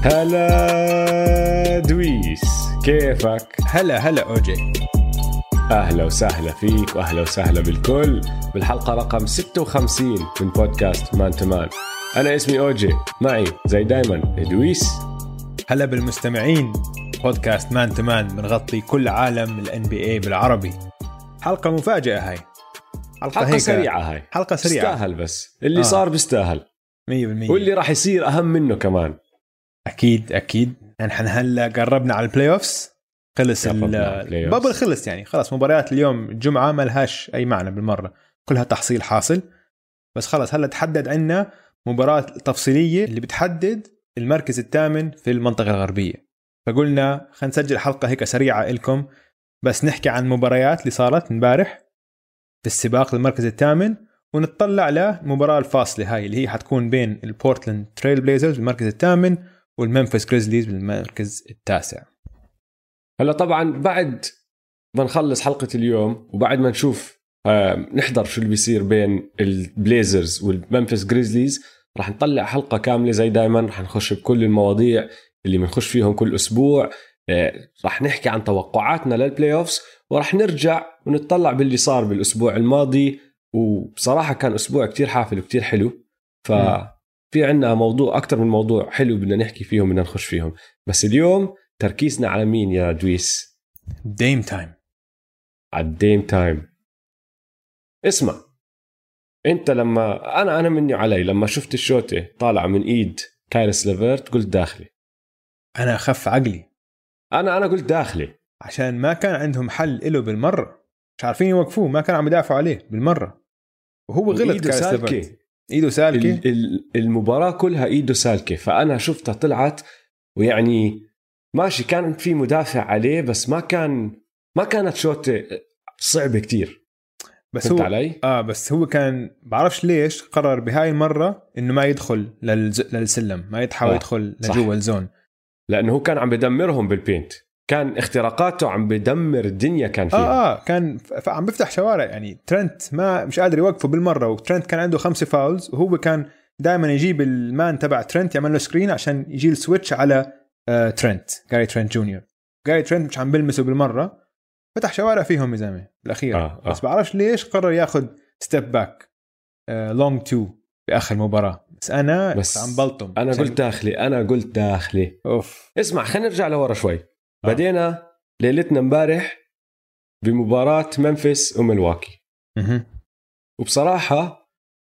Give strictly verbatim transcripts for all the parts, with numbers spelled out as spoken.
هلا دويس، كيفك؟ هلا هلا أوجي. أهلا وسهلا فيك وأهلا وسهلا بالكل بالحلقة رقم ستة وخمسين من بودكاست مان تمان. أنا اسمي أوجي، معي زي دايما دويس. هلا بالمستمعين، بودكاست مان تمان بنغطي كل عالم ال إن بي إيه بالعربي. حلقة مفاجئة هاي، حلقة, حلقة سريعة هاي، حلقة سريعة بستاهل، بس اللي آه. صار بستاهل مية بالمية، واللي راح يصير أهم منه كمان. أكيد أكيد. نحن هلا قربنا على البلاي أوفس، خلص البابل، خلص يعني خلاص. مباريات اليوم الجمعة ما لهاش أي معنى بالمرة، كلها تحصيل حاصل. بس خلاص هلا تحدد عنا مباراة تفصيلية اللي بتحدد المركز الثامن في المنطقة الغربية. فقلنا خلينا نسجل حلقة هيك سريعة لكم، بس نحكي عن مباريات اللي صارت امبارح في السباق للمركز الثامن، ونطلع على المباراة الفاصلة هاي اللي هي حتكون بين البورتلاند تريل بليزرز بالمركز الثامن والممفيس جريزليز بالمركز التاسع. هلا طبعا بعد ما نخلص حلقة اليوم وبعد ما نشوف آه نحضر شو اللي بيصير بين البليزرز والممفيس جريزليز، راح نطلع حلقة كاملة زي دايما. راح نخش بكل المواضيع اللي بنخش فيهم كل أسبوع. آه راح نحكي عن توقعاتنا للبلاي أوفس، وراح نرجع ونطلع باللي صار بالأسبوع الماضي. وبصراحة كان أسبوع كتير حافل وكتير حلو، ففي عنا موضوع أكتر من موضوع حلو بدنا نحكي فيهم، بدنا نخش فيهم. بس اليوم تركيزنا على مين يا دويس؟ ديم تايم. على الديم تايم. اسمع، انت لما انا انا مني علي لما شفت الشوطه طالعه من ايد كايرس ليفرت قلت داخلي. انا اخف عقلي، انا انا قلت داخلي عشان ما كان عندهم حل له بالمره، مش عارفين يوقفوه، ما كانوا عم يدافعوا عليه بالمره، وهو غلط. كايرس ليفرت ايده سالكه، المباراه كلها ايده سالكه. فانا شفتها طلعت ويعني ماشي، كان في مدافع عليه، بس ما كان ما كانت شوطه صعبه كتير. بس هو علي؟ اه بس هو كان بعرفش ليش قرر بهاي المره انه ما يدخل للز... للسلم، ما يتحاول آه. يدخل لجوا الزون، لانه هو كان عم بدمرهم بالبينت، كان اختراقاته عم بدمر الدنيا كان فيها. اه اه كان ف... عم بفتح شوارع. يعني ترنت ما مش قادر يوقفه بالمره، وترنت كان عنده خمسة فاولز، وهو كان دائما يجيب المان تبع ترنت يعمل له سكرين عشان يجي السويتش على آه ترنت، جاري ترنت جونيور. جاري ترنت مش عم بلمسه بالمره، فتح شوارع فيهم يا زلمه بالاخير. آه آه. بس بعرفش ليش قرر ياخذ ستيب باك لونج تو باخر مباراه. بس انا بس عم بلطم، انا قلت داخلي، انا قلت داخلي. اوف. اسمع، خلينا نرجع لورا شوي. آه. بدينا ليلتنا امبارح بمباراه ممفيس وميلواكي. اها وبصراحه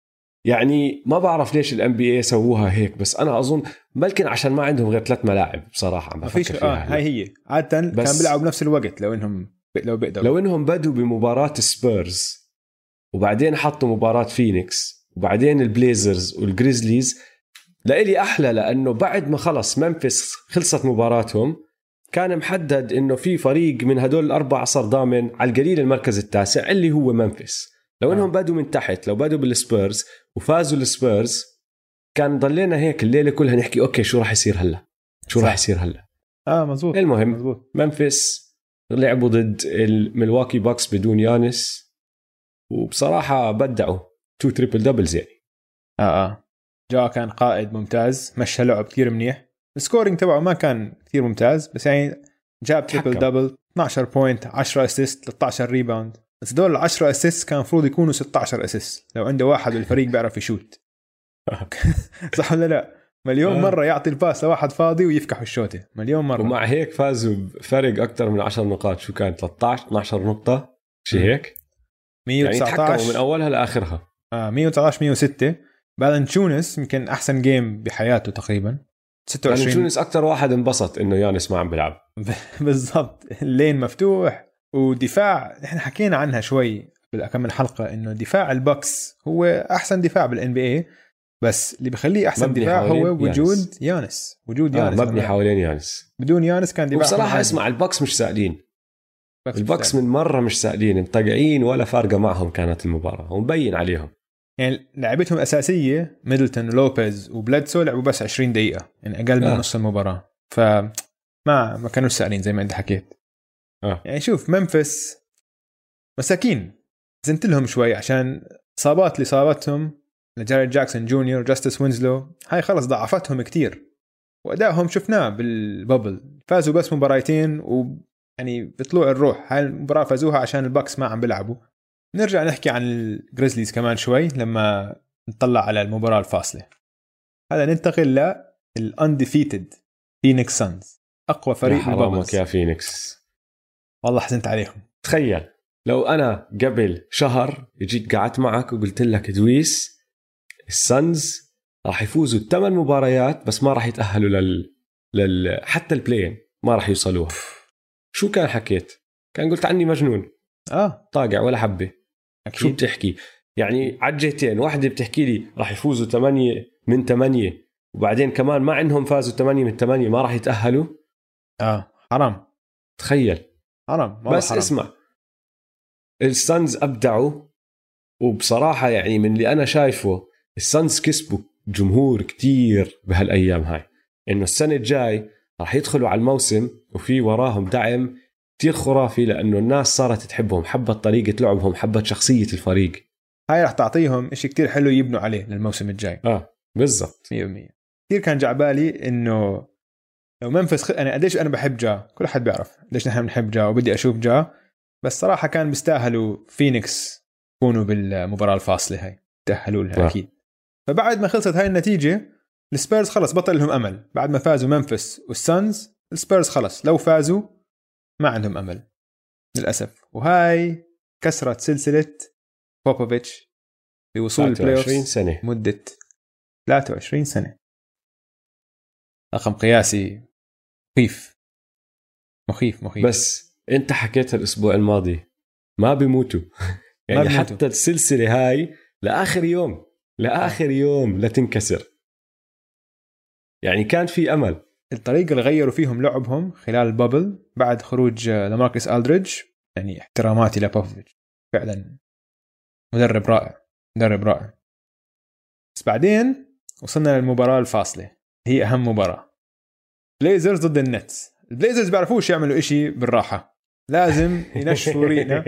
يعني ما بعرف ليش الام بي اي سووها هيك، بس انا اظن بلكن عشان ما عندهم غير ثلاث ملاعب. بصراحه ما فيش. اه هاي هي عاده كان بيلعبوا بنفس الوقت. لو انهم لو بيقدروا لو انهم بدوا بمباراه سبيرز وبعدين حطوا مباراه فينيكس وبعدين البليزرز والجريزليز، لإلي احلى، لانه بعد ما خلص ممفيس خلصت مباراتهم كان محدد انه في فريق من هدول الاربعه صار ضامن على القليل المركز التاسع اللي هو ممفيس. لو انهم بدوا من تحت، لو بدوا بالسبيرز وفازوا السبيرز، كان ضلينا هيك الليله كلها نحكي اوكي شو راح يصير هلا، شو راح يصير هلا. اه مزبوط. المهم مزبوط. ممفيس لعبوا ضد الميلواكي باكس بدون يانس، وبصراحه بدعوا تو تريبل دبلز يعني. اه اه جا كان قائد ممتاز، مشى لعب كثير منيح. السكورينج تبعه ما كان كثير ممتاز، بس يعني جاب تريبل دبل، اثناشر بوينت، عشرة اسيست، ثلاثة عشر ريباوند. بس دول العشرة اسيست كان المفروض يكونوا ستة عشر اسيست لو عنده واحد بالفريق بيعرف يشوت. صح ولا لا؟ مليون مرة يعطي الباس لواحد فاضي ويفكح الشوطة مليون مرة. ومع هيك فازوا بفرق أكتر من عشر نقاط. شو كان ثلاثة عشر اثنا عشر نقطة شيء هيك، مية وتسعة عشر يعني من أولها لآخرها. آه مية وتسعة عشر مية وستة. بالانتشونس يمكن أحسن جيم بحياته تقريبا، ستة وعشرين. بالانتشونس أكتر واحد انبسط إنه يانس ما عم بيلعب. بالضبط، اللين مفتوح. ودفاع نحن حكينا عنها شوي بالكم الحلقة، إنه دفاع البوكس هو أحسن دفاع بالإن بي إيه، بس اللي بخليه أحسن دفاع هو وجود يانس. يانس وجود يانس آه مبني حوالين يانس. بدون يانس كان دفاع. بصراحة اسمع، البوكس مش سائلين، البوكس من مرة مش سائلين، مطقعين ولا فارقة معهم كانت المباراة ومبين عليهم. يعني لعبتهم الأساسية ميدلتون ولوبيز وبلادسو لعبوا بس عشرين دقيقة، يعني أقل من آه. نص المباراة. فما ما كانوا سائلين زي ما أنت حكيت. آه. يعني شوف ممفيس مساكين، زنت لهم شوي عشان إصابات اللي صابتهم لجاريد جاكسون جونيور، جاستس وينزلو، هاي خلص ضعفتهم كتير. وأدائهم شفناه بالبابل، فازوا بس مباراتين ويعني بطلوع الروح. هاي المباراة فازوها عشان الباكس ما عم بيلعبوا. نرجع نحكي عن الجريزليز كمان شوي لما نطلع على المباراة الفاصلة. هذا ننتقل للأنديفيتد فينيكس سانز، أقوى فريق بالبابلز. يا فينيكس والله حزنت عليهم. تخيل لو أنا قبل شهر جيت قعدت معك وقلت لك دويس السانز راح يفوزوا الثمان مباريات بس ما راح يتأهلوا لل... لل... حتى البلاين ما راح يوصلوها، شو كان حكيت؟ كان قلت عني مجنون آه طاقع ولا حبة. أكيد. شو بتحكي يعني عجيتين، واحدة بتحكي لي راح يفوزوا ثمانية من ثمانية وبعدين كمان ما عندهم فازوا ثمانية من ثمانية ما راح يتأهلوا. آه حرام، تخيل حرام. بس حرام. اسمع السانز أبدعوا، وبصراحة يعني من اللي أنا شايفه السانز كسبوا جمهور كتير بهالأيام هاي، إنه السنة الجاي راح يدخلوا على الموسم وفي وراهم دعم كتير خرافي، لأنه الناس صارت تحبهم، حبت طريقة لعبهم، حبت شخصية الفريق. هاي راح تعطيهم إشي كتير حلو يبنوا عليه للموسم الجاي. آه بالضبط مية بالمية. كتير كان جعبالي إنه لو منفس خ... أنا قديش أنا بحب جا، كل حد بيعرف ليش نحن بنحب جا وبدي أشوف جا، بس صراحة كان بيستاهلوا فينيكس يكونوا بالمباراة الفاصلة هاي، تأهلوا لها أكيد. فبعد ما خلصت هاي النتيجة السبيرز خلص بطل لهم أمل، بعد ما فازوا منفس والسانز السبيرز خلص لو فازوا ما عندهم أمل للأسف. وهاي كسرت سلسلة بوبوفيتش بوصول البلاي أوف سنة مدة ثلاثة وعشرين سنة. رقم قياسي مخيف مخيف مخيف. بس انت حكيت الاسبوع الماضي ما بيموتوا يعني ما بيموتوا. حتى السلسلة هاي لآخر يوم لآخر يوم لا تنكسر، يعني كان في أمل. الطريقة اللي غيروا فيهم لعبهم خلال البابل بعد خروج لماركس ألدريدج، يعني احتراماتي لبوفيتش فعلا مدرب رائع مدرب رائع. بس بعدين وصلنا للمباراة الفاصلة، هي أهم مباراة، بليزرز ضد النتس. البليزرز بيعرفوش يعملوا إشي بالراحة، لازم ينشفوا ريقنا.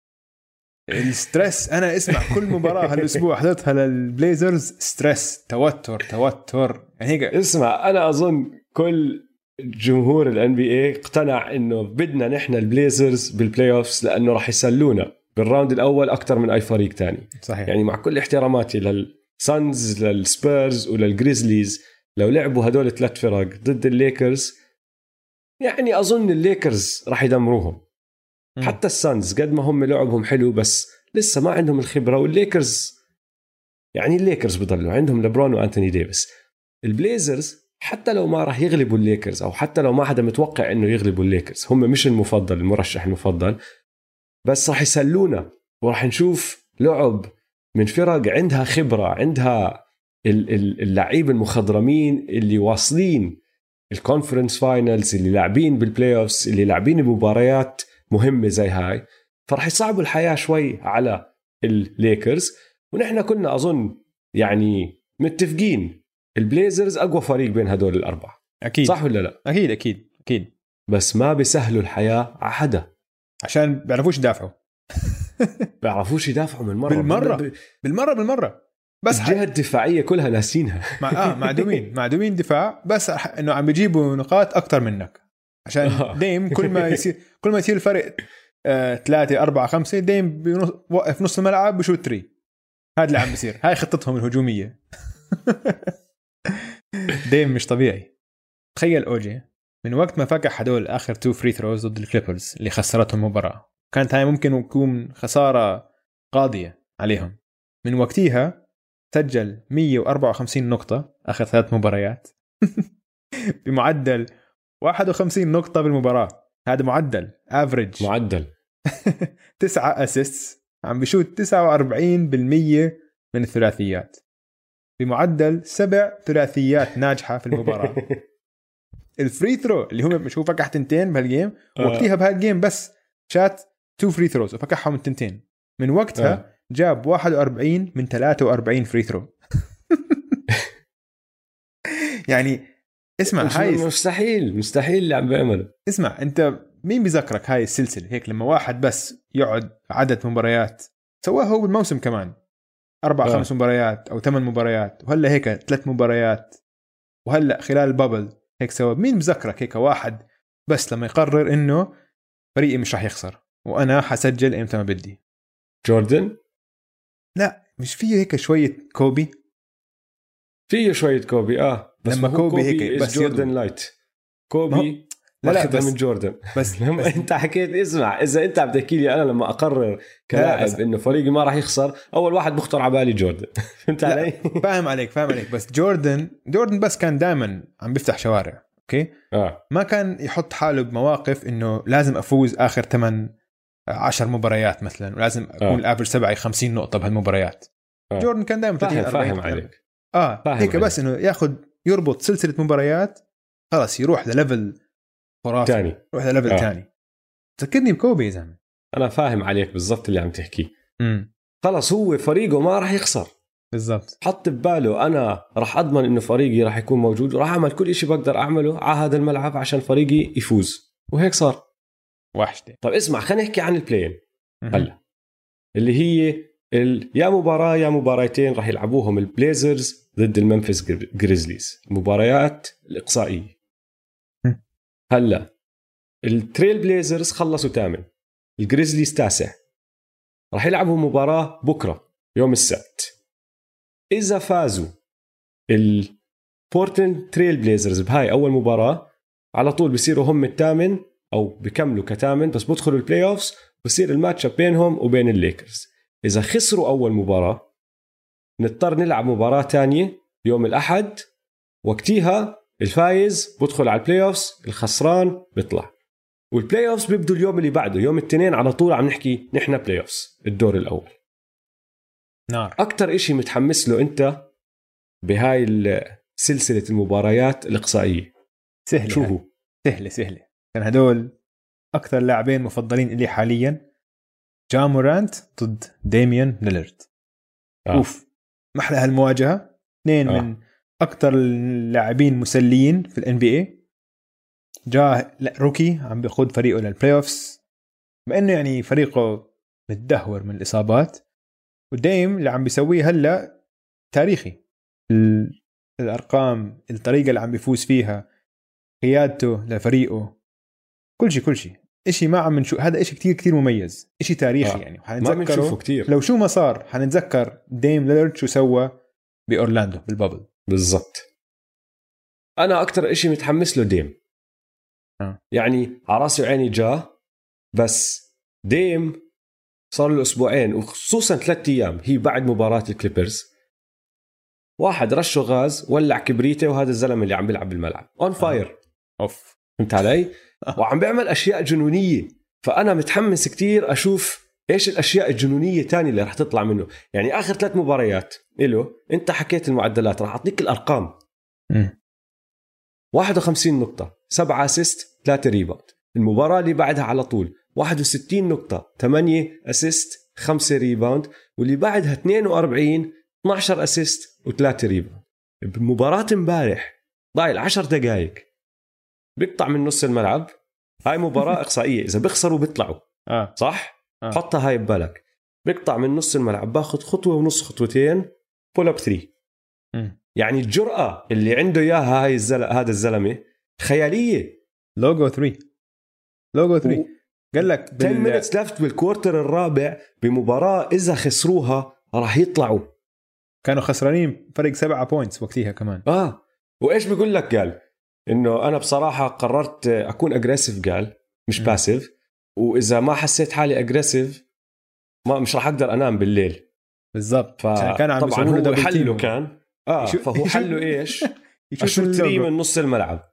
الستريس أنا اسمع كل مباراة هالأسبوع حدثها للبليزرز ستريس توتر توتر يعني هيك. اسمع أنا أظن كل جمهور ال إن بي إيه اقتنع إنه بدنا نحن البليزرز بالبلاي أوفس لأنه راح يسلونا بالراوند الأول أكتر من أي فريق تاني. صحيح. يعني مع كل احتراماتي للسانز للسبيرز وللجريزليز، لو لعبوا هدول ثلاث فرق ضد الليكرز يعني أظن الليكرز راح يدمروهم. م. حتى السانز قد ما هم لعبهم حلو بس لسه ما عندهم الخبرة، والليكرز يعني الليكرز بضلوا عندهم لبرون وأنتوني ديفيس. البليزرز حتى لو ما راح يغلبوا الليكرز أو حتى لو ما حدا متوقع إنه يغلبوا الليكرز، هم مش المفضل المرشح المفضل، بس راح يسلونا وراح نشوف لعب من فرق عندها خبرة، عندها اللعيب المخضرمين اللي واصلين الكونفرنس فاينلز، اللي لاعبين بالبلاي أوفس، اللي لاعبين المباريات مهمة زي هاي، فرح يصعبوا الحياة شوي على الليكرز. ونحن كنا أظن يعني متفقين البليزرز أقوى فريق بين هدول الأربعة، أكيد صح ولا لا؟ أكيد أكيد أكيد. بس ما بيسهلوا الحياة على حدا عشان بيعرفوش يدافعوا. بيعرفوش يدافعوا من مرة بالمرة ب... بالمرة بالمرة بس الجهة الدفاعية كلها ناسينها. مع آه معدومين معدومين دفاع، بس إنه عم بيجيبوا نقاط أكتر منك عشان دايم كل ما يصير كل ما يصير الفرق آه، ثلاثة أربعة خمسة دايم بيوقف نص الملعب بشوت تري. هذا اللي عم بيصير، هاي خطتهم الهجومية. دايم مش طبيعي. تخيل أوجي من وقت ما فكح هدول آخر تو فري ثروز ضد الكليبرز اللي خسرتهم المباراة، كانت هاي ممكن تكون خسارة قاضية عليهم، من وقتها سجل مية وأربعة وخمسين نقطة آخر ثلاث مباريات بمعدل واحد وخمسين نقطة بالمباراة. هذا معدل افريج معدل. تسعة اسيستس، عم بيشوت تسعة وأربعين بالمية من الثلاثيات، بمعدل سبع ثلاثيات ناجحة في المباراة. الفري ثرو اللي هم مش هو فكح تنتين بهالجيم، وقتها بهالجيم بس شات تو فري ثروز وفكحهم من تنتين، من وقتها جاب واحد وأربعين من ثلاثة وأربعين فري ثرو. يعني اسمع هاي مستحيل مستحيل اللي عم بيعمله. اسمع انت مين بيذكرك هاي السلسلة هيك لما واحد بس يقعد عدد مباريات سواها هو بالموسم كمان أربع آه. خمس مباريات أو ثمان مباريات، وهلا هيك ثلاث مباريات، وهلا خلال البابل هيك سوى. مين مذكرك هيك واحد بس لما يقرر إنه فريقي مش راح يخسر وأنا حسجل إمتى ما بدي؟ جوردن؟ لا مش فيه هيك شوية كوبي. فيه شوية كوبي آه بس لما كوبي, كوبي هيك بس جوردن لايت. كوبي لا لا بس من جوردن. بس, لما بس انت حكيت اسمع اذا انت عم تحكي لي انا لما اقرر كلاعب انه فريقي ما راح يخسر اول واحد بخطر على بالي جوردن. فهمت علي؟ فاهم عليك فاهم عليك بس جوردن جوردن بس كان دائما عم بيفتح شوارع. اوكي آه. ما كان يحط حاله بمواقف انه لازم افوز اخر ثمانية عشر مباريات مثلا ولازم اكون آه. الافرج تبعي خمسين نقطه بهالمباريات. آه. جوردن كان دائما فاهم, فاهم عليك اه فاهم هيك عليك. بس انه ياخذ يربط سلسله مباريات خلاص يروح لليفل خرافي تاني روح لليفل آه. تاني. تذكرني بكوبي يا زلمه. انا فاهم عليك بالضبط اللي عم تحكيه. امم خلص هو فريقه ما راح يخسر بالضبط. حط بباله انا راح اضمن انه فريقي راح يكون موجود وراح اعمل كل شيء بقدر اعمله على هذا الملعب عشان فريقي يفوز وهيك صار. وحده. طيب اسمع خلينا نحكي عن البلاين هلا اللي هي ال... يا مباراة يا مباراتين راح يلعبوهم البليزرز ضد الممفيس جريزليز المباريات الإقصائية. هلا التريل بليزرز خلصوا ثامن الجريزليز تاسع راح يلعبوا مباراة بكرة يوم السبت. إذا فازوا البورتلاند تريل بليزرز بهاي أول مباراة على طول بيصيروا هم الثامن أو بيكملوا كثامن بس بدخلوا البلاي أوفز بصير الماتش بينهم وبين الليكرز. إذا خسروا أول مباراة نضطر نلعب مباراة تانية يوم الأحد وقتها الفايز بدخل على البلاي أوفز الخسران بيطلع والبلاي أوفز بيبدوا اليوم اللي بعده يوم الاثنين على طول عم نحكي نحن بلاي أوفز الدور الأول. نار. أكتر إشي متحمس له أنت بهاي سلسلة المباريات الإقصائية سهلة شو هو؟ سهلة سهلة كان هدول أكثر لاعبين مفضلين إلي حاليا جا مورانت ضد ديميان ليلرد. آه. أوف محلى هالمواجهة اثنين آه. من أكثر اللاعبين مسليين في الان بي اي. جا روكي عم بيقود فريقه للبلاي اوفز بما انه يعني فريقه متدهور من الاصابات وديم اللي عم بيسويه هلا تاريخي. الارقام الطريقه اللي عم بيفوز فيها قيادته لفريقه كل شيء كل شيء إشي ما عم نشوف. هذا إشي كتير كتير مميز إشي تاريخي آه. يعني ما بنشوفه كتير. لو شو ما صار حنتذكر ديم ليلرد شو سوى بأورلاندو بالبابل بالضبط. أنا أكتر إشي متحمس له ديم آه. يعني عراسي وعيني جا بس ديم صار له أسبوعين وخصوصا ثلاثة أيام هي بعد مباراة الكليبرز واحد رشه غاز ولع كبريته وهذا الزلمة اللي عم بيلعب بالملعب on fire آه. أوف فهمت علي وعم بيعمل أشياء جنونية. فأنا متحمس كتير أشوف إيش الأشياء الجنونية تاني اللي رح تطلع منه. يعني آخر ثلاث مباريات إله أنت حكيت المعدلات رح أعطيك الأرقام م. واحد وخمسين نقطة سبعة أسيست ثلاثة ريباوند. المباراة اللي بعدها على طول واحد وستين نقطة ثمانية أسيست خمسة ريباوند واللي بعدها اثنين وأربعين اثنا عشر أسيست وثلاثة ريباوند. بمباراة امبارح ضايل عشر دقائق بيقطع من نص الملعب. هاي مباراة إقصائية إذا بيخسروا بيطلعوا آه. صح؟ آه. حطها هاي ببالك. بيقطع من نص الملعب باخد خطوة ونص خطوتين بول اب ثري. يعني الجرأة اللي عنده إياها هاي الزل... هذا الزلمة خيالية. لوجو ثري لوجو ثري و... قال لك بال... عشرة minutes left بالكوارتر الرابع بمباراة إذا خسروها راح يطلعوا. كانوا خسرانين فرق سبعة بوينتس وقتها كمان. آه وإيش بيقول لك قال إنه أنا بصراحة قررت أكون أجريسيف قال مش باسيف وإذا ما حسيت حالي أجريسيف ما مش راح أقدر أنام بالليل. بالضبط. كان عم طبعا هو حله كان آه يشو... فهو حله إيش أشوت ثري من نص الملعب.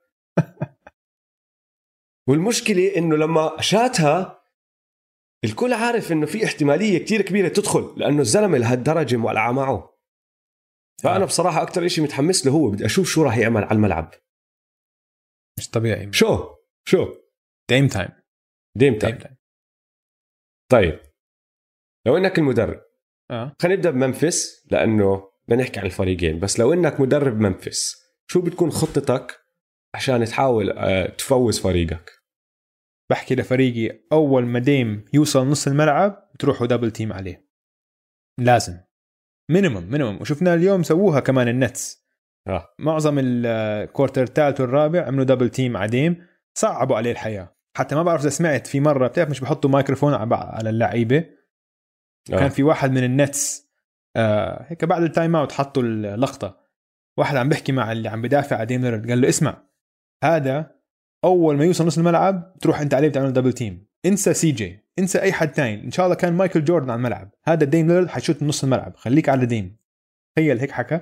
والمشكلة إنه لما شاتها الكل عارف إنه في احتمالية كتير كبيرة تدخل لأنه الزلمة لهالدرجة مولعة معه. فأنا آه. بصراحة أكتر إشي متحمس له هو بدي أشوف شو راح يعمل على الملعب. مش طبيعي. شو شو ديم تايم ديم تايم. طيب لو إنك المدرب آه. خلينا نبدأ بمنفس لأنه بدنا نحكي عن الفريقين. بس لو إنك مدرب منفس شو بتكون خطتك عشان تحاول تفوز فريقك؟ بحكي لفريقي أول ما ديم يوصل نص الملعب تروحوا دبل تيم عليه لازم مينيمم مينيمم. وشفنا اليوم سووها كمان النتس آه. معظم الكورتر الثالث والرابع عملوا دبل تيم عديم، صعبوا عليه الحياة. حتى ما بعرف إذا سمعت في مرة بتعرف مش بحطوا مايكروفون على اللعيبة. آه. كان في واحد من النتس آه هيك بعد التايم اوت حطوا اللقطة، واحد عم بيحكي مع اللي عم بدافع عديم ليلارد، قال له اسمع هذا أول ما يوصل نص الملعب تروح أنت عليه بتعمل دبل تيم، انسى سي جي، انسى أي حد تاني، إن شاء الله كان مايكل جوردن على الملعب، هذا ديم ليلارد حيشوت نص الملعب، خليك على ديم. تخيل هيك حكى.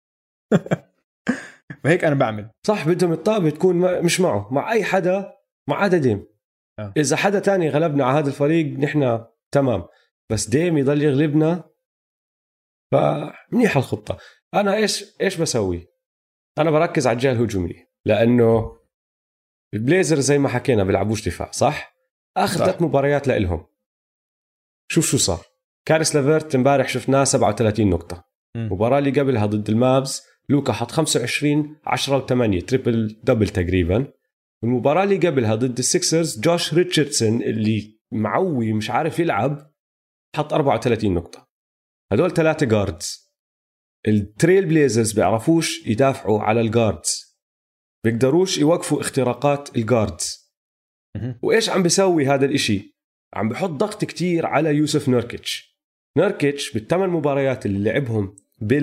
فهيك أنا بعمل صح. بدهم الطابة تكون مش معه، مع أي حدا ما عدا ديم. أه. إذا حدا تاني غلبنا على هذا الفريق نحن تمام، بس ديم يضل يغلبنا فمنيح الخطة. أنا إيش إيش بسوي؟ أنا بركز على الجهة الهجومية، لأنه البليزر زي ما حكينا بيلعبوش دفاع صح؟ آخر ثلاث مباريات لإلهم شوف شو صار. كاريس لافيرت امبارح شفناه سبعة وثلاثين نقطة. مباراة اللي قبلها ضد المابز لوكا حط خمسة وعشرين عشرة وثمانية تريبل دبل تقريبا. والمباراة اللي قبلها ضد السيكسرز جوش ريتشاردسون اللي معوي مش عارف يلعب حط أربعة وثلاثين نقطة. هدول ثلاثة جاردز. التريل بليزرز بيعرفوش يدافعوا على الجاردز، بيقدروش يوقفوا اختراقات الجاردز. وإيش عم بيسوي هذا الاشي؟ عم بحط ضغط كتير على يوسف نوركيتش. نوركيتش بالثمان مباريات اللي لعبهم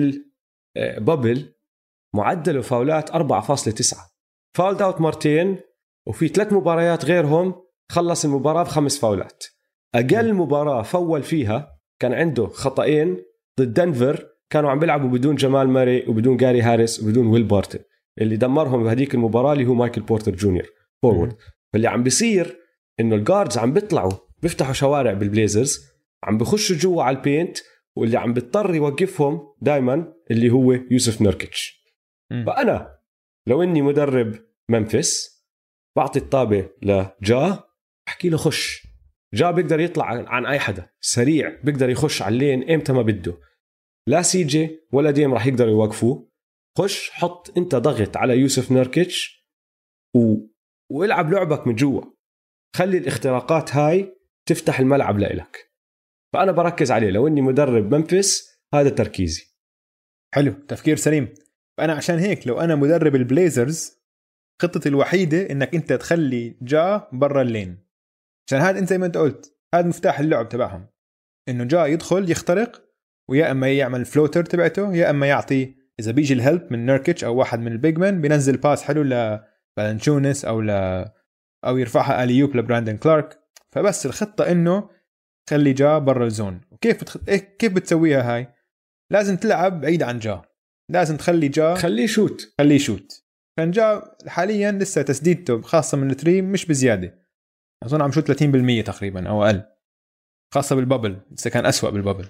بالبابل معدله فاولات أربعة فاصلة تسعة، فاولد اوت مرتين، وفي ثلاث مباريات غيرهم خلص المباراة بخمس فاولات. أقل مباراة فول فيها كان عنده خطأين ضد دنفر، كانوا عم بيلعبوا بدون جمال ماري وبدون جاري هاريس وبدون ويل بارتن، اللي دمرهم بهديك المباراة اللي هو مايكل بورتر جونيور فورورد. فاللي عم بيصير إنه الجاردز عم بيطلعوا بيفتحوا شوارع بالبليزرز، عم بخشوا جوا على البينت، واللي عم بيضطر يوقفهم دايما اللي هو يوسف نوركيتش. فأنا لو إني مدرب ممفيس بعطي الطابة لجا، أحكي له خش. جا بيقدر يطلع عن أي حدا سريع، بيقدر يخش على اللين إمتى ما بده، لا سي جي ولا ديم راح يقدروا يوقفوه. خش حط أنت ضغط على يوسف نوركيتش و... والعب لعبك من جوا، خلي الاختراقات هاي تفتح الملعب لإلك. فأنا بركز عليه لو إني مدرب ممفيس، هذا تركيزي. حلو، تفكير سليم. فأنا عشان هيك لو أنا مدرب البليزرز خطتي الوحيدة إنك أنت تخلي جا برا اللين، عشان هذا أنت زي ما أنت قلت هذا مفتاح اللعب تبعهم، إنه جا يدخل يخترق، ويا أما يعمل فلوتر تبعته، يا أما يعطي إذا بيجي الهلب من نوركيتش أو واحد من البيجمان بينزل باس حلو لبالانشونس أو ل أو يرفعها أليوب لبراندن كلارك. فبس الخطة إنه خلي جا برا الزون. وكيف بتخ... إيه كيف بتسويها هاي؟ لازم تلعب بعيد عن جا، لازم تخلي جا خليه شوت خليه شوت. كان جا حاليا لسه تسديدته خاصة من التري مش بزيادة، أظن عم شوت ثلاثين بالمية تقريبا أو أقل، خاصة بالبابل لسه كان أسوأ بالبابل.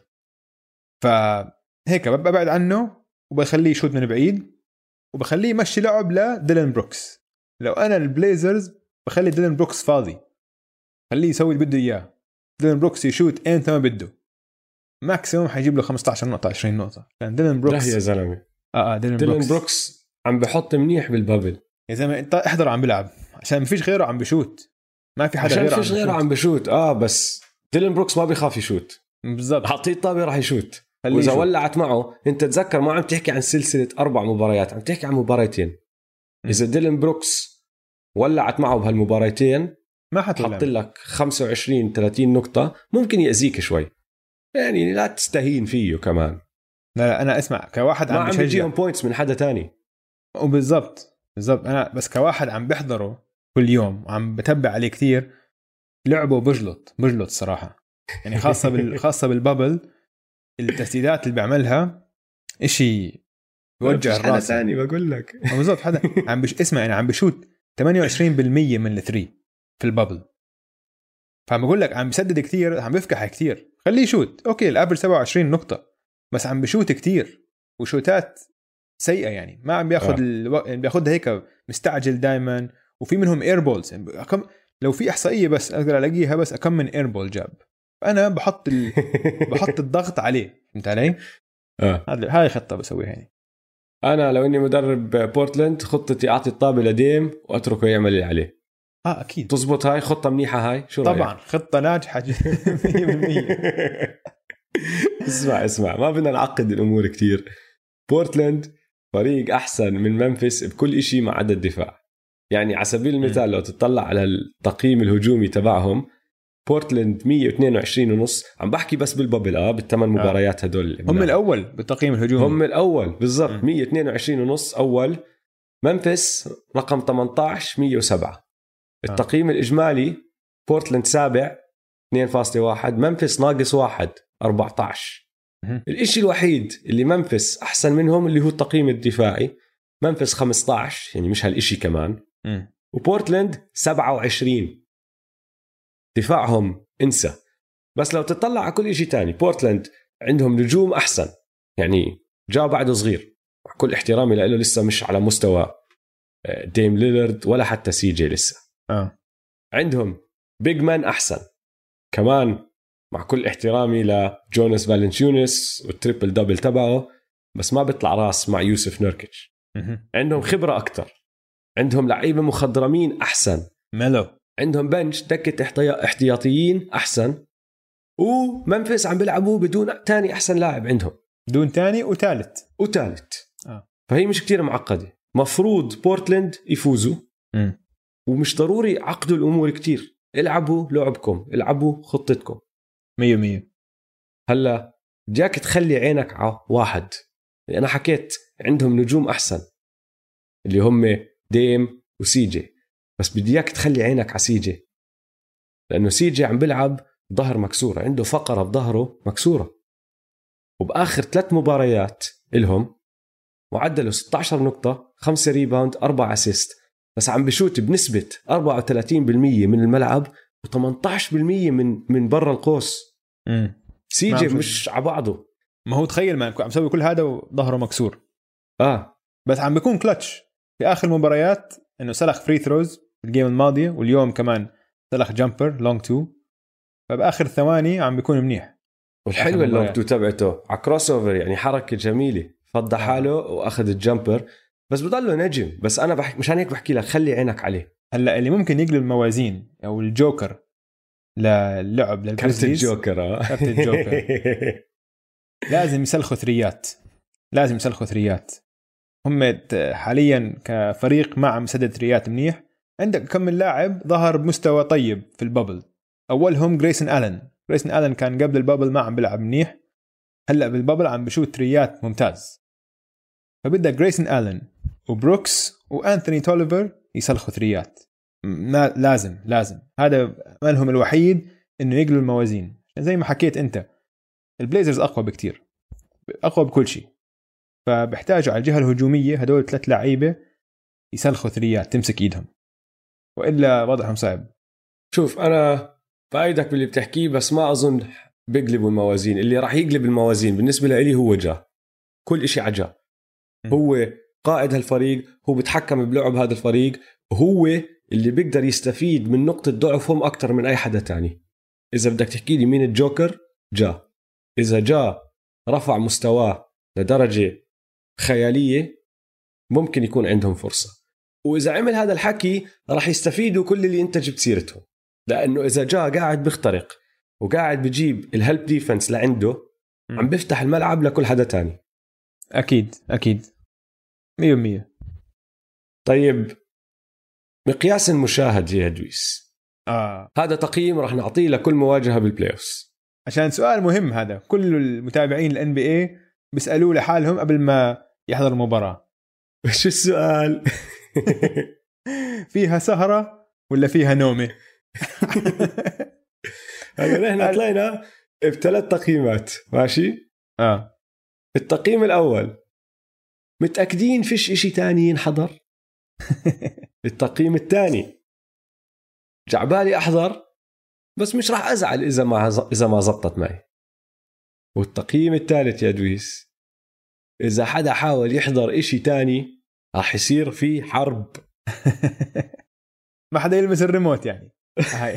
فهيك ببعد عنه وبخليه يشوت من بعيد، وبخليه يمشي لعب لديلان بروكس. لو أنا البليزرز بخلي ديلان بروكس فاضي، خليه يسوي اللي بده إياه. ديلان بروكس يشوت أنت ما بده، ماكسيموم حيجيب له خمسة عشر نقطة عشرين نقطة. كان ديلان بروكس لا يا زلمة آه, آه ديلان, ديلان بروكس. بروكس عم بحط منيح بالبابل يا زلمة أنت احضر عم بلعب، عشان ما فيش غيره عم بشوت، ما في حدا غيره عم بشوت. غيره عم بشوت اه بس ديلان بروكس ما بيخاف يشوت. بالضبط، حطيه الطابة راح يشوت. وإذا ولعت معه، أنت تذكر ما عم تحكي عن سلسلة أربع مباريات، عم تحكي عن مباريتين. إذا ديلان بروكس ولعت معه بهالمباريتين ما حط لك خمسة وعشرين ثلاثين نقطة، ممكن يأذيك شوي يعني، لا تستهين فيه كمان. لا لا أنا أسمع كواحد عم بشجع بوينتس من حدا تاني. وبالضبط بالضبط أنا بس كواحد عم بحضره كل يوم وعم بتبع عليه كتير، لعبه بجلط بجلط صراحة يعني، خاصة بال خاصة بالبابل التسديدات اللي بيعملها إشي بوجع الراس. حدا ثاني بقول لك بالضبط حدا عم بش اسمع يعني عم بشوت ثمانية وعشرين بالمية من الثري في البابل. فعم بقول لك عم بسدد كتير، عم بفكح كتير، خليه يشوت. اوكي الافرج سبعة وعشرين نقطة بس عم بشوت كتير وشوتات سيئة يعني، ما عم بياخد آه. الو... يعني بياخدها هيك مستعجل دايما، وفي منهم ايربولز يعني أكم... لو في احصائية بس اقدر الاقيها بس اكم من ايربول جاب، فانا بحط ال... بحط الضغط عليه. فهمت علي؟ اه هاي خطة بسويها يعني. انا لو اني مدرب بورتلاند خطتي اعطي الطابة لديم واتركه يعمل اللي عليه. اه اكيد تزبط هاي خطة منيحة هاي، شو طبعا رأيك؟ خطة ناجحة مية بالمية. اسمع اسمع ما بدنا نعقد الامور كتير. بورتلاند فريق أحسن من منفس بكل إشي ما عدا الدفاع. يعني على سبيل المثال لو تطلع على التقييم الهجومي تبعهم، بورتلاند مية واثنين وعشرين ونص. عم بحكي بس بالبابل اه بالثمان مباريات هدول هم الأول بالتقييم الهجومي، هم الأول بالضبط مية واثنين وعشرين ونص أول. منفس رقم ثمانية عشر مية وسبعة. التقييم الإجمالي بورتلاند سابع اثنين فاصلة واحد، منفس ناقص واحد أربعة عشر. الإشي الوحيد اللي منفس أحسن منهم اللي هو التقييم الدفاعي، منفس خمسة عشر يعني مش هالإشي كمان. م. وبورتلاند سبعة وعشرين، دفاعهم انسى. بس لو تطلع على كل إشي تاني، بورتلاند عندهم نجوم أحسن، يعني جاء بعده صغير مع كل احترامي له لسه مش على مستوى ديم ليلارد ولا حتى سي جي لسه. آه. عندهم بيج مان أحسن كمان مع كل احترامي لجوناس فالنتينوس والتريبل دبل تبعه، بس ما بيطلع راس مع يوسف نوركيتش. عندهم خبرة أكتر، عندهم لعيبة مخضرمين أحسن، ميلو عندهم بنش دكة احتياطيين أحسن، ومنفس عم بيلعبوا بدون تاني أحسن لاعب عندهم، دون تاني وثالث وثالث. آه. فهي مش كتير معقدة. مفروض بورتلاند يفوزوا م. ومش ضروري عقدوا الأمور كتير، العبوا لعبكم، العبوا خطتكم مية مية. هلا جاك تخلي عينك على واحد، أنا حكيت عندهم نجوم أحسن اللي هم ديم وسي جي، بس بدي إياك تخلي عينك على سي جي، لأنه سي جي عم بلعب ظهر مكسورة، عنده فقرة بظهره مكسورة، وبآخر ثلاث مباريات إلهم معدله ستة عشر نقطة، خمسة ريباوند، أربعة أسيست، بس عم بشوت بنسبة أربعة وثلاثين بالمية من الملعب و18 بالمية من من برا القوس. امم سي جي مش على بعضه. ما هو تخيل ما عم يسوي كل هذا وظهره مكسور، اه بس عم بيكون كلتش في آخر المباريات، إنه سلخ فري ثروز الجيم الماضية واليوم كمان سلخ جامبر لونج تو، فبآخر ثواني عم بيكون منيح. والحلوة اللونج تو تبعته على كروس اوفر، يعني حركة جميلة، فضى حاله واخذ الجامبر، بس بضله نجم. بس انا بحكي مشان هيك بحكي لك خلي عينك عليه. هلا اللي ممكن يقلب الموازين او الجوكر للعب للجريزليز، الجوكر اه كابتن الجوكر لازم يسلخوا ثريات، لازم يسلخوا ثريات. هم حاليا كفريق ما عم يسدد ثريات منيح. عندك كم من لاعب ظهر بمستوى طيب في البابل، اولهم جريسون آلن. جريسون آلن كان قبل البابل ما عم بيلعب منيح، هلا بالبابل عم بشوت ثريات ممتاز. فبدأ جريسون آلن وبروكس وأنثوني توليفر يسلخوا ثريات. ما لازم لازم هذا مالهم الوحيد انه يقلوا الموازين. زي ما حكيت انت، البليزرز اقوى بكتير، اقوى بكل شيء، فبحتاجوا على الجهه الهجوميه هدول ثلاث لعيبه يسلخوا ثريات تمسك ايدهم، والا وضعهم صعب. شوف انا بايدك باللي بتحكيه، بس ما اظن بيقلبوا الموازين. اللي راح يقلب الموازين بالنسبه لي هو جا، كل إشي عجا، هو قائد هالفريق، هو بتحكم بلعب هذا الفريق، هو اللي بيقدر يستفيد من نقطة ضعفهم أكتر من أي حدا تاني. إذا بدك تحكي لي مين الجوكر، جا. إذا جا رفع مستواه لدرجة خيالية ممكن يكون عندهم فرصة، وإذا عمل هذا الحكي راح يستفيدوا كل اللي أنت جبت سيرتهم، لأنه إذا جا قاعد بيخترق وقاعد بجيب الهلب ديفنس لعنده، عم بيفتح الملعب لكل حدا تاني. أكيد أكيد مية مية. طيب مقياس المشاهد يا دويس، آه. هذا تقييم راح نعطيه لكل مواجهة بالبلايوفز، عشان سؤال مهم هذا كل المتابعين الان بي اي بيسألوه لحالهم قبل ما يحضر المباراة. شو السؤال؟ فيها سهرة ولا فيها نومة؟ هلا نحن طلعنا بثلاث تقييمات ماشي؟ اه التقييم الأول متأكدين فيش إشي تاني ينحضر. التقييم الثاني جعبالي أحضر بس مش راح أزعل إذا ما إذا ما زبطت معي. والتقييم الثالث يا دويس، إذا حدا حاول يحضر إشي تاني راح يصير في حرب. ما حدا يلمس الريموت يعني. هاي.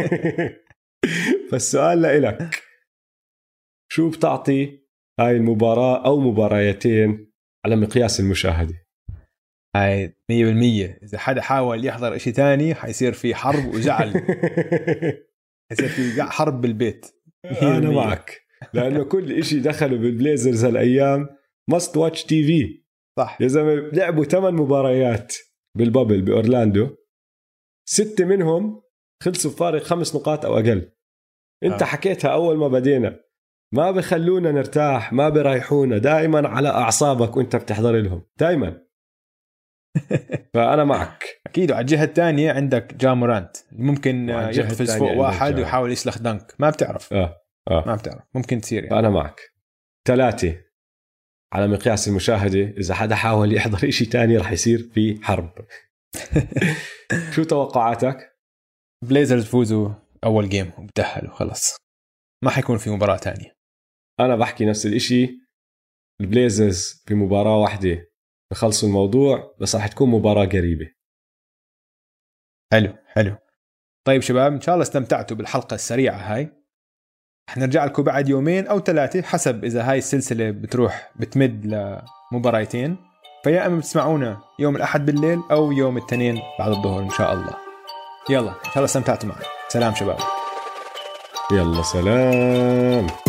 فالسؤال لإلك، شو بتعطي هاي المباراة أو مباريتين على مقياس المشاهدة؟ هاي مية بالمية إذا حدا حاول يحضر إشي تاني حيصير في حرب وزعل. حيصير في حرب بالبيت. أنا معك، لأنه كل إشي دخلوا بالبليزرز هالأيام must watch تي في. صح يا زلمه لعبوا ثمان مباريات بالبابل باورلاندو، ستة منهم خلصوا فارق خمس نقاط او اقل. انت آه. حكيتها اول ما بدينا، ما بخلونا نرتاح، ما بريحونا، دائما على اعصابك وانت بتحضر لهم دائما. فانا معك اكيد. وعلى الجهه الثانيه عندك جامورانت ممكن يقفز فوق واحد ويحاول يسلخ دنك، ما بتعرف اه اه ما بتعرف ممكن تصير يعني. فانا معك. ثلاثة على مقياس المشاهده، اذا حدا حاول يحضر إشي تاني راح يصير في حرب. شو توقعاتك؟ بليزرز فوزوا اول جيم وبتأهلوا خلص، ما حيكون في مباراه تانية. انا بحكي نفس الإشي، البليزرز في مباراه واحده بخلصوا الموضوع، بس راح تكون مباراه قريبه. حلو حلو. طيب شباب، ان شاء الله استمتعتوا بالحلقه السريعه هاي. رح نرجع لكم بعد يومين او ثلاثه حسب اذا هاي السلسله بتروح بتمد لمباراتين، فيا اما بتسمعونا يوم الاحد بالليل او يوم الاثنين بعد الظهر ان شاء الله. يلا ان شاء الله استمتعتوا معنا. سلام شباب. يلا سلام.